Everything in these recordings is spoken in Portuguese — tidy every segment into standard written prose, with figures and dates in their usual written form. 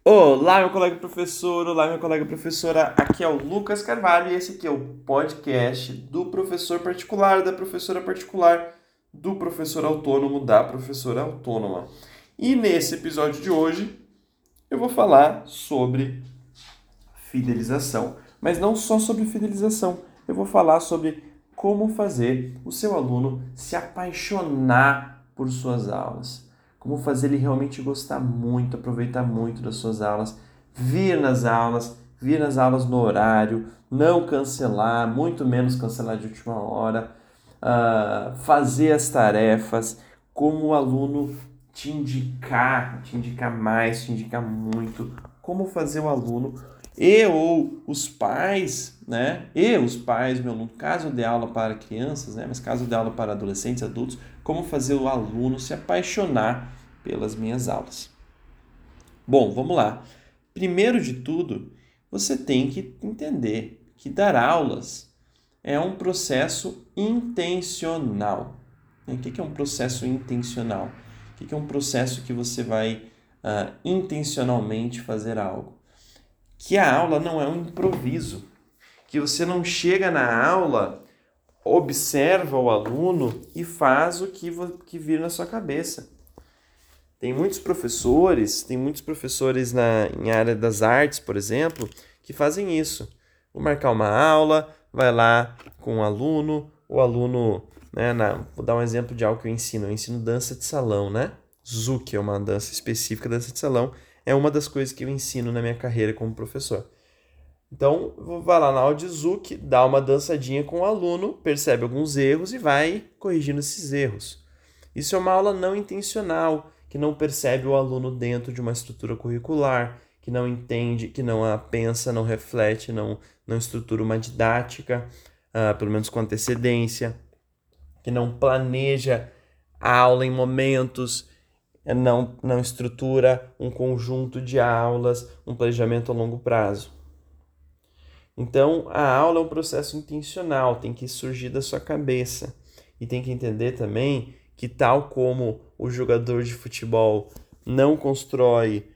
Olá, meu colega professor, olá, minha colega professora. Aqui é o Lucas Carvalho e esse aqui é o podcast do professor particular, da professora particular, do professor autônomo, da professora autônoma. E nesse episódio de hoje eu vou falar sobre fidelização, mas não só sobre fidelização, eu vou falar sobre como fazer o seu aluno se apaixonar por suas aulas. Como fazer ele realmente gostar muito, aproveitar muito das suas aulas, vir nas aulas no horário, não cancelar, muito menos cancelar de última hora, fazer as tarefas, como o aluno te indicar mais, te indicar muito, como fazer o aluno e ou os pais, né? E os pais, meu aluno, caso de aula para crianças, né? Mas caso de aula para adolescentes, adultos, como fazer o aluno se apaixonar pelas minhas aulas. Bom, vamos lá. Primeiro de tudo, você tem que entender que dar aulas é um processo intencional. O que é um processo intencional? O que é um processo que você vai intencionalmente fazer algo? Que a aula não é um improviso, que você não chega na aula, observa o aluno e faz o que vir na sua cabeça. Tem muitos professores em área das artes, por exemplo, que fazem isso. Vou marcar uma aula, vai lá com o aluno, né, vou dar um exemplo de algo que eu ensino dança de salão, né? Zouk é uma dança específica, dança de salão, é uma das coisas que eu ensino na minha carreira como professor. Então, vai lá na aula de Zouk, dá uma dançadinha com o aluno, percebe alguns erros e vai corrigindo esses erros. Isso é uma aula não intencional, que não percebe o aluno dentro de uma estrutura curricular, que não entende, que não a pensa, não reflete, não estrutura uma didática, pelo menos com antecedência, que não planeja a aula em momentos, não estrutura um conjunto de aulas, um planejamento a longo prazo. Então, a aula é um processo intencional, tem que surgir da sua cabeça. E tem que entender também que, tal como o jogador de futebol não constrói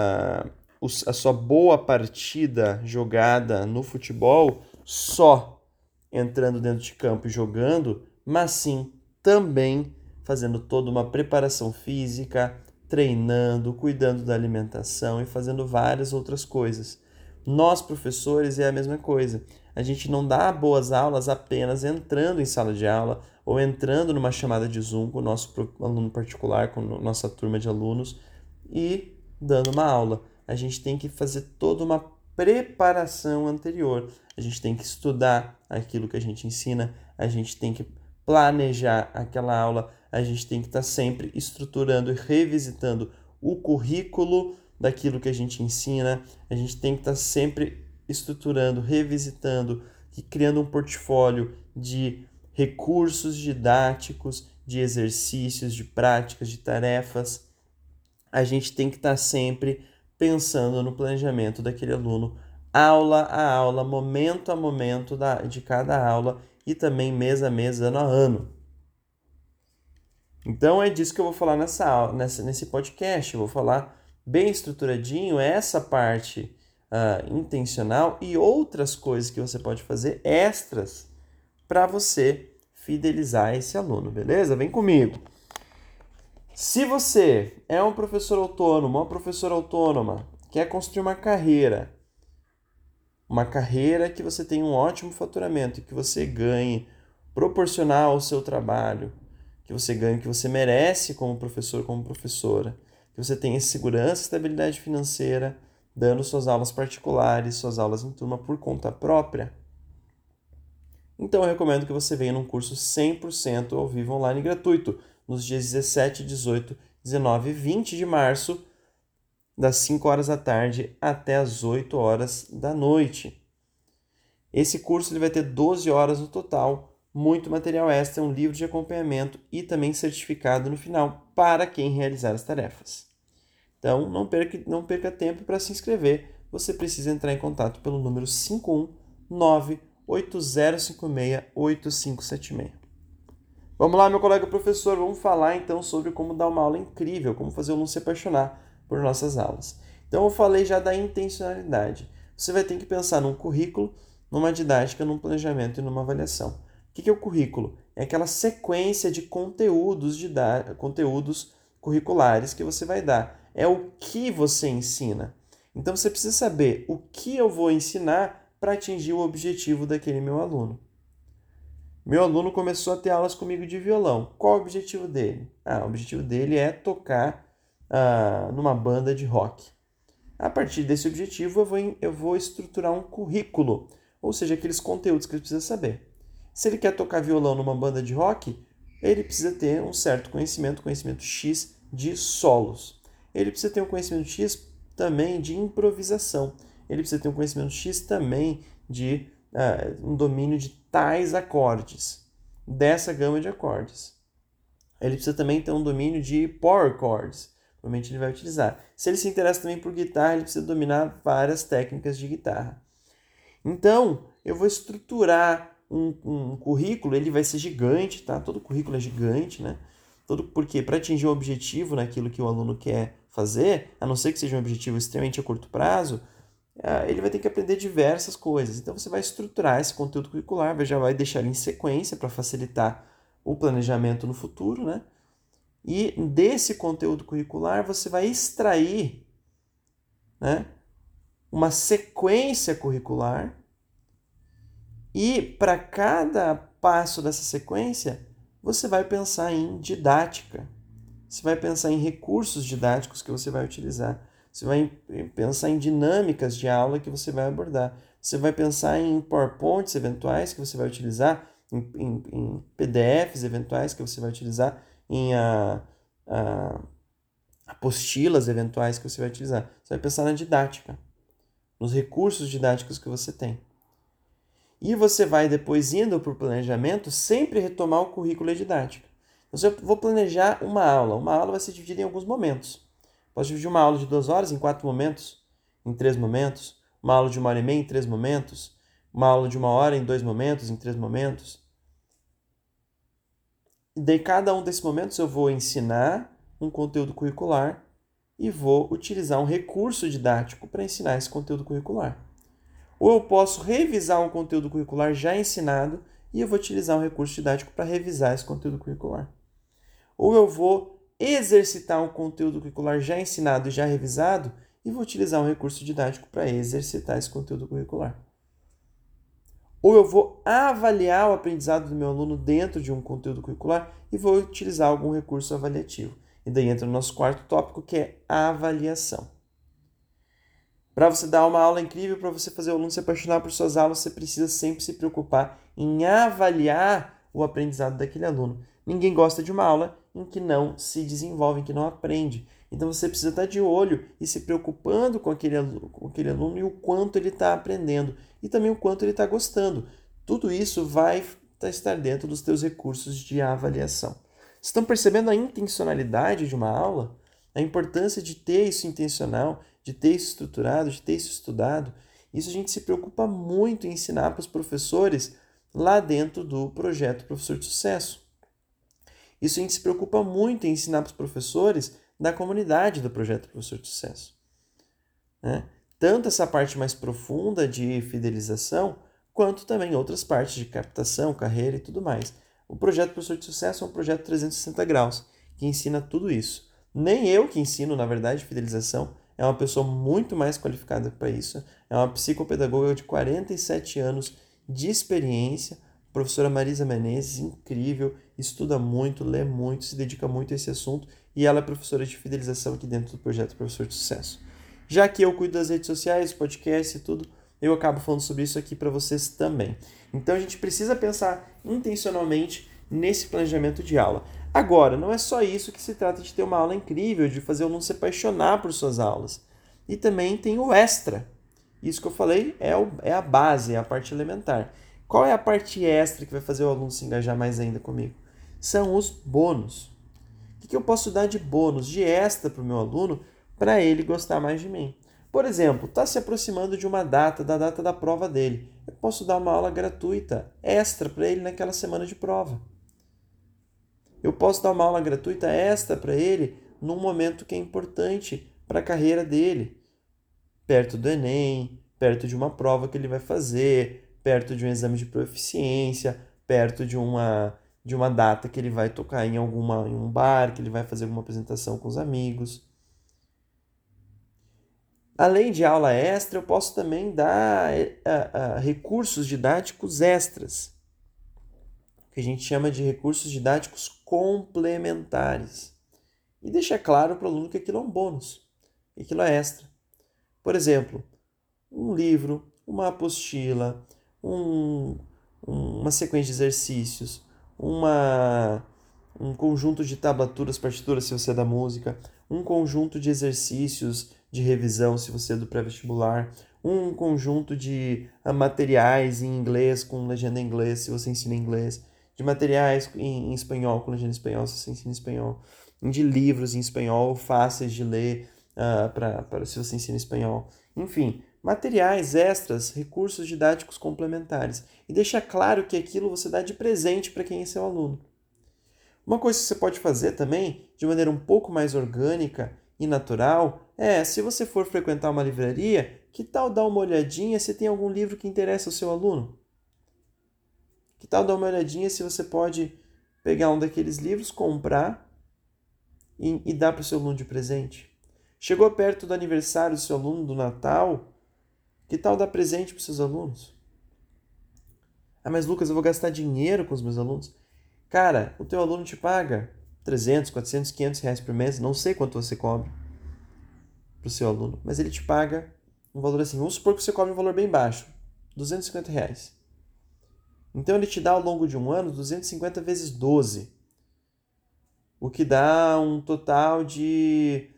a sua boa partida jogada no futebol só entrando dentro de campo e jogando, mas sim também fazendo toda uma preparação física, treinando, cuidando da alimentação e fazendo várias outras coisas. Nós, professores, é a mesma coisa. A gente não dá boas aulas apenas entrando em sala de aula ou entrando numa chamada de Zoom com o nosso aluno particular, com a nossa turma de alunos e dando uma aula. A gente tem que fazer toda uma preparação anterior. A gente tem que estudar aquilo que a gente ensina, a gente tem que planejar aquela aula, a gente tem que estar sempre estruturando e revisitando o currículo daquilo que a gente ensina, a gente tem que estar sempre estruturando, revisitando e criando um portfólio de recursos didáticos, de exercícios, de práticas, de tarefas. A gente tem que estar sempre pensando no planejamento daquele aluno, aula a aula, momento a momento de cada aula e também mês a mês, ano a ano. Então é disso que eu vou falar nesse podcast. Eu vou falar bem estruturadinho essa parte intencional e outras coisas que você pode fazer extras para você fidelizar esse aluno, beleza? Vem comigo. Se você é um professor autônomo, uma professora autônoma, quer construir uma carreira que você tenha um ótimo faturamento e que você ganhe proporcional ao seu trabalho, que você ganhe o que você merece como professor, como professora, que você tenha segurança e estabilidade financeira, dando suas aulas particulares, suas aulas em turma por conta própria, então eu recomendo que você venha num curso 100% ao vivo online gratuito, nos dias 17, 18, 19 e 20 de março, das 5 horas da tarde até as 8 horas da noite. Esse curso ele vai ter 12 horas no total, muito material extra, um livro de acompanhamento e também certificado no final para quem realizar as tarefas. Então, não perca tempo para se inscrever. Você precisa entrar em contato pelo número 519-8056-8576. Vamos lá, meu colega professor, vamos falar então sobre como dar uma aula incrível, como fazer o aluno se apaixonar por nossas aulas. Então eu falei já da intencionalidade. Você vai ter que pensar num currículo, numa didática, num planejamento e numa avaliação. O que é o currículo? É aquela sequência de conteúdos curriculares que você vai dar. É o que você ensina. Então você precisa saber o que eu vou ensinar para atingir o objetivo daquele meu aluno. Meu aluno começou a ter aulas comigo de violão. Qual o objetivo dele? O objetivo dele é tocar numa banda de rock. A partir desse objetivo, eu vou estruturar um currículo, ou seja, aqueles conteúdos que ele precisa saber. Se ele quer tocar violão numa banda de rock, ele precisa ter um certo conhecimento X de solos. Ele precisa ter um conhecimento X também de improvisação. Ele precisa ter um conhecimento X também de um domínio de tais acordes, dessa gama de acordes. Ele precisa também ter um domínio de power chords, provavelmente ele vai utilizar. Se ele se interessa também por guitarra, ele precisa dominar várias técnicas de guitarra. Então, eu vou estruturar um currículo, ele vai ser gigante, tá? Todo currículo é gigante, né? Porque para atingir um objetivo naquilo que o aluno quer fazer, a não ser que seja um objetivo extremamente a curto prazo, ele vai ter que aprender diversas coisas. Então, você vai estruturar esse conteúdo curricular, já vai deixar ele em sequência para facilitar o planejamento no futuro, né? E desse conteúdo curricular você vai extrair, né, uma sequência curricular e para cada passo dessa sequência você vai pensar em didática, você vai pensar em recursos didáticos que você vai utilizar, você vai pensar em dinâmicas de aula que você vai abordar, você vai pensar em PowerPoints eventuais que você vai utilizar, em PDFs eventuais que você vai utilizar, em apostilas eventuais que você vai utilizar. Você vai pensar na didática, nos recursos didáticos que você tem. E você vai depois, indo para o planejamento, sempre retomar o currículo e a didática. Então, se eu vou planejar uma aula vai ser dividida em alguns momentos. Posso dividir uma aula de 2 horas em 4 momentos, em 3 momentos, uma aula de 1h30 em 3 momentos, uma aula de 1 hora em 2 momentos, em 3 momentos. E daí, cada um desses momentos eu vou ensinar um conteúdo curricular e vou utilizar um recurso didático para ensinar esse conteúdo curricular. Ou eu posso revisar um conteúdo curricular já ensinado e eu vou utilizar um recurso didático para revisar esse conteúdo curricular. Ou eu vou exercitar um conteúdo curricular já ensinado e já revisado e vou utilizar um recurso didático para exercitar esse conteúdo curricular. Ou eu vou avaliar o aprendizado do meu aluno dentro de um conteúdo curricular e vou utilizar algum recurso avaliativo. E daí entra o nosso quarto tópico, que é a avaliação. Para você dar uma aula incrível, para você fazer o aluno se apaixonar por suas aulas, você precisa sempre se preocupar em avaliar o aprendizado daquele aluno. Ninguém gosta de uma aula em que não se desenvolve, em que não aprende. Então você precisa estar de olho e se preocupando com aquele aluno e o quanto ele está aprendendo e também o quanto ele está gostando. Tudo isso vai estar dentro dos teus recursos de avaliação. Estão percebendo a intencionalidade de uma aula? A importância de ter isso intencional, de ter isso estruturado, de ter isso estudado? Isso a gente se preocupa muito em ensinar para os professores lá dentro do projeto Professor de Sucesso. Isso a gente se preocupa muito em ensinar para os professores da comunidade do projeto Professor de Sucesso, né? Tanto essa parte mais profunda de fidelização, quanto também outras partes de captação, carreira e tudo mais. O projeto Professor de Sucesso é um projeto 360 graus, que ensina tudo isso. Nem eu que ensino, na verdade, fidelização, é uma pessoa muito mais qualificada para isso. É uma psicopedagoga de 47 anos de experiência, professora Marisa Menezes, incrível, estuda muito, lê muito, se dedica muito a esse assunto e ela é professora de fidelização aqui dentro do projeto Professor de Sucesso. Já que eu cuido das redes sociais, podcast e tudo, eu acabo falando sobre isso aqui para vocês também. Então a gente precisa pensar intencionalmente nesse planejamento de aula. Agora, não é só isso que se trata de ter uma aula incrível, de fazer o aluno se apaixonar por suas aulas. E também tem o extra. Isso que eu falei é a base, é a parte elementar. Qual é a parte extra que vai fazer o aluno se engajar mais ainda comigo? São os bônus. O que eu posso dar de bônus, de extra para o meu aluno, para ele gostar mais de mim? Por exemplo, está se aproximando de uma data, da data da prova dele. Eu posso dar uma aula gratuita, extra, para ele naquela semana de prova. Eu posso dar uma aula gratuita extra para ele num momento que é importante para a carreira dele. perto do Enem, perto de uma prova que ele vai fazer, perto de um exame de proficiência, perto de uma data que ele vai tocar em um bar, que ele vai fazer alguma apresentação com os amigos. Além de aula extra, eu posso também dar recursos didáticos extras, que a gente chama de recursos didáticos complementares. E deixar claro para o aluno que aquilo é um bônus, que aquilo é extra. Por exemplo, um livro, uma apostila, uma sequência de exercícios, um conjunto de tablaturas, partituras, se você é da música, um conjunto de exercícios de revisão, se você é do pré-vestibular, um conjunto de materiais em inglês, com legenda em inglês, se você ensina inglês, de materiais em espanhol, com legenda em espanhol, se você ensina espanhol, de livros em espanhol fáceis de ler, se você ensina espanhol. Enfim, materiais extras, recursos didáticos complementares. E deixar claro que aquilo você dá de presente para quem é seu aluno. Uma coisa que você pode fazer também, de maneira um pouco mais orgânica e natural, se você for frequentar uma livraria, que tal dar uma olhadinha se tem algum livro que interessa ao seu aluno? Que tal dar uma olhadinha se você pode pegar um daqueles livros, comprar e dar para o seu aluno de presente? Chegou perto do aniversário do seu aluno, do Natal, que tal dar presente para os seus alunos? Ah, mas Lucas, eu vou gastar dinheiro com os meus alunos. Cara, o teu aluno te paga 300, 400, 500 reais por mês, não sei quanto você cobra para o seu aluno, mas ele te paga um valor assim, vamos supor que você cobra um valor bem baixo, 250 reais. Então ele te dá ao longo de um ano 250 vezes 12, o que dá um total de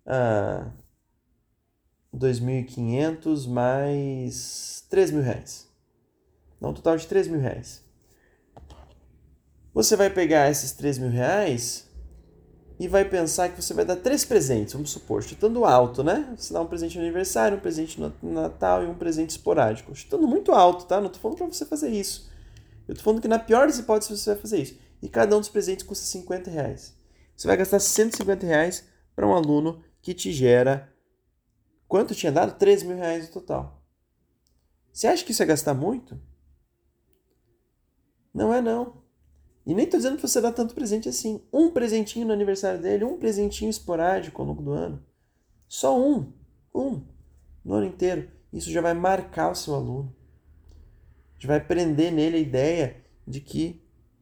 2.500 mais 3.000 reais. Dá um total de 3.000 reais. Você vai pegar esses 3.000 reais e vai pensar que você vai dar 3 presentes, vamos supor, chutando alto, né? Você dá um presente no aniversário, um presente no Natal e um presente esporádico. Chutando muito alto, tá? Não tô falando pra você fazer isso. Eu tô falando que na pior das hipóteses você vai fazer isso. E cada um dos presentes custa 50 reais. Você vai gastar 150 reais para um aluno que te gera... Quanto tinha dado? 3.000 reais no total. Você acha que isso é gastar muito? Não é não. E nem tô dizendo que você dá tanto presente assim. Um presentinho no aniversário dele, um presentinho esporádico ao longo do ano. Só um no ano inteiro. Isso já vai marcar o seu aluno. Já vai prender nele a ideia de que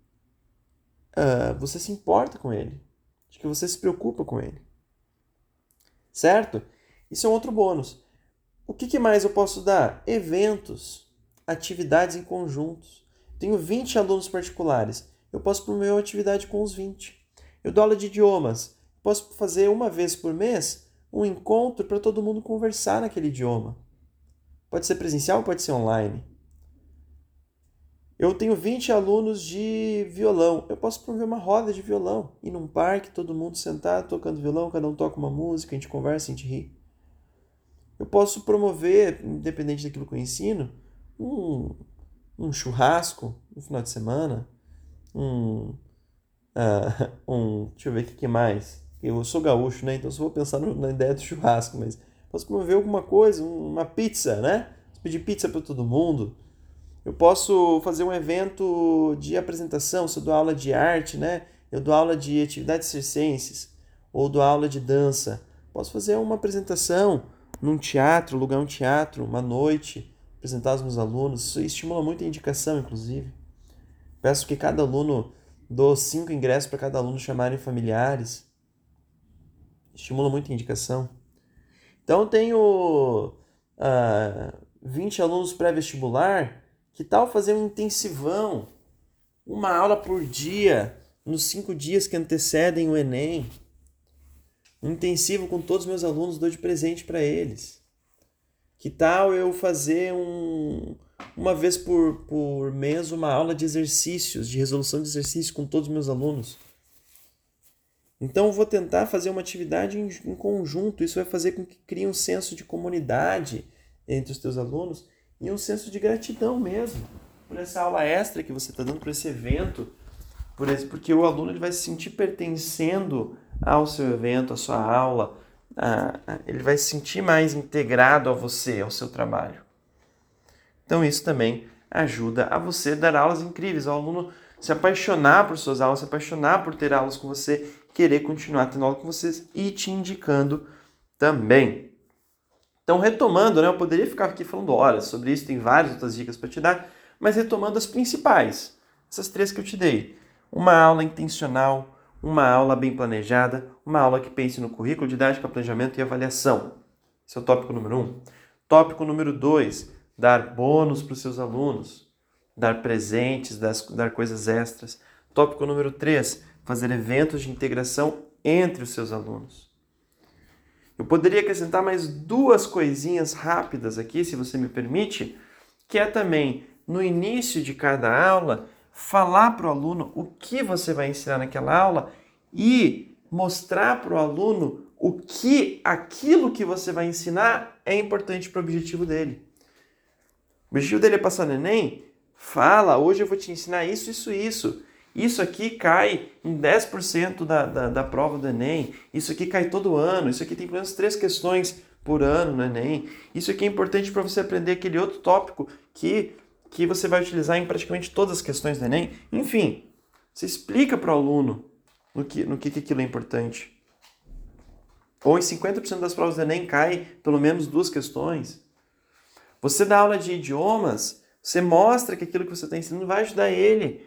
você se importa com ele. De que você se preocupa com ele. Certo? Isso é um outro bônus. O que mais eu posso dar? Eventos, atividades em conjuntos. Tenho 20 alunos particulares. Eu posso promover uma atividade com os 20. Eu dou aula de idiomas. Posso fazer uma vez por mês um encontro para todo mundo conversar naquele idioma. Pode ser presencial, pode ser online. Eu tenho 20 alunos de violão. Eu posso promover uma roda de violão. Ir num parque, todo mundo sentado, tocando violão, cada um toca uma música, a gente conversa, a gente ri. Eu posso promover, independente daquilo que eu ensino, um churrasco no final de semana, deixa eu ver o que mais. Eu sou gaúcho, né? Então só vou pensar na ideia do churrasco, mas posso promover alguma coisa, uma pizza, né? Posso pedir pizza para todo mundo. Eu posso fazer um evento de apresentação, se eu dou aula de arte, né? Eu dou aula de atividades circenses, ou dou aula de dança. Posso fazer uma apresentação num teatro, alugar um teatro, uma noite, apresentar aos meus alunos. Isso estimula muito a indicação, inclusive. Peço que cada aluno dou 5 ingressos para cada aluno chamarem familiares. Estimula muito a indicação. Então, eu tenho 20 alunos pré-vestibular. Que tal fazer um intensivão? Uma aula por dia, nos 5 dias que antecedem o Enem. Um intensivo com todos os meus alunos, dou de presente para eles. Que tal eu fazer uma vez por mês uma aula de exercícios, de resolução de exercícios com todos os meus alunos? Então eu vou tentar fazer uma atividade em conjunto. Isso vai fazer com que crie um senso de comunidade entre os teus alunos e um senso de gratidão mesmo por essa aula extra que você está dando, por esse evento, porque o aluno ele vai se sentir pertencendo ao seu evento, à sua aula, ele vai se sentir mais integrado a você, ao seu trabalho. Então isso também ajuda a você dar aulas incríveis, ao aluno se apaixonar por suas aulas, se apaixonar por ter aulas com você, querer continuar tendo aula com vocês e te indicando também. Então, retomando, eu poderia ficar aqui falando horas sobre isso, tem várias outras dicas para te dar, mas retomando as principais, essas 3 que eu te dei. Uma aula intencional, uma aula bem planejada, uma aula que pense no currículo, didática, planejamento e avaliação. Esse é o tópico número 1. Tópico número 2, dar bônus para os seus alunos, dar presentes, dar coisas extras. Tópico número 3, fazer eventos de integração entre os seus alunos. Eu poderia acrescentar mais 2 coisinhas rápidas aqui, se você me permite, que é também, no início de cada aula, falar para o aluno o que você vai ensinar naquela aula e mostrar para o aluno o que aquilo que você vai ensinar é importante para o objetivo dele. O objetivo dele é passar no Enem? Fala, hoje eu vou te ensinar isso, isso, isso. Isso aqui cai em 10% da prova do Enem. Isso aqui cai todo ano. Isso aqui tem pelo menos 3 questões por ano no Enem. Isso aqui é importante para você aprender aquele outro tópico que você vai utilizar em praticamente todas as questões do Enem. Enfim, você explica para o aluno no que aquilo é importante. Ou em 50% das provas do Enem cai pelo menos 2 questões. Você dá aula de idiomas, você mostra que aquilo que você está ensinando vai ajudar ele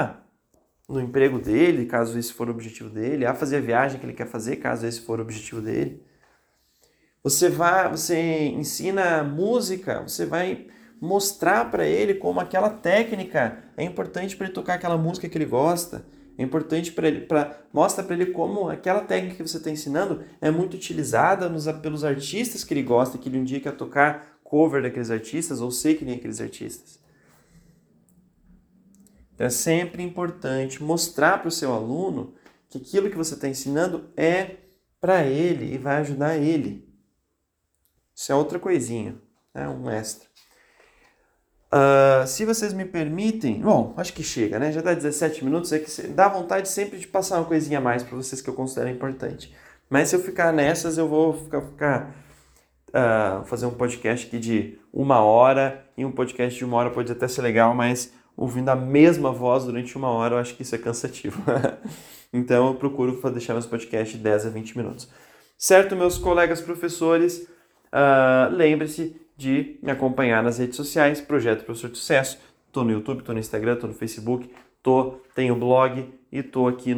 no emprego dele, caso esse for o objetivo dele, a fazer a viagem que ele quer fazer, caso esse for o objetivo dele. Você ensina música, você vai mostrar para ele como aquela técnica é importante para ele tocar aquela música que ele gosta. É importante para ele, mostra para ele como aquela técnica que você está ensinando é muito utilizada pelos artistas que ele gosta, que ele um dia quer tocar cover daqueles artistas ou ser que nem aqueles artistas. Então é sempre importante mostrar para o seu aluno que aquilo que você está ensinando é para ele e vai ajudar ele. Isso é outra coisinha, um extra. Se vocês me permitem... Bom, acho que chega, né? Já dá 17 minutos, é que dá vontade sempre de passar uma coisinha a mais para vocês que eu considero importante. Mas se eu ficar nessas, eu vou fazer um podcast aqui de 1 hora, e um podcast de 1 hora pode até ser legal, mas ouvindo a mesma voz durante 1 hora, eu acho que isso é cansativo. Então eu procuro deixar meus podcasts de 10 a 20 minutos. Certo, meus colegas professores? Lembre-se de me acompanhar nas redes sociais, Projeto Professor de Sucesso. Estou no YouTube, estou no Instagram, estou no Facebook, tenho blog e estou aqui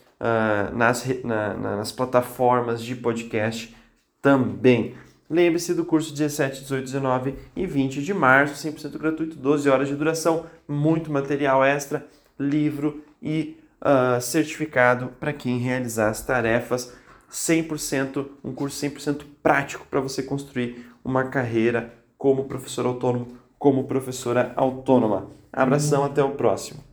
nas plataformas de podcast também. Lembre-se do curso 17, 18, 19 e 20 de março, 100% gratuito, 12 horas de duração, muito material extra, livro e certificado para quem realizar as tarefas, 100%, um curso 100% prático para você construir uma carreira como professor autônomo, como professora autônoma. Abração, até o próximo.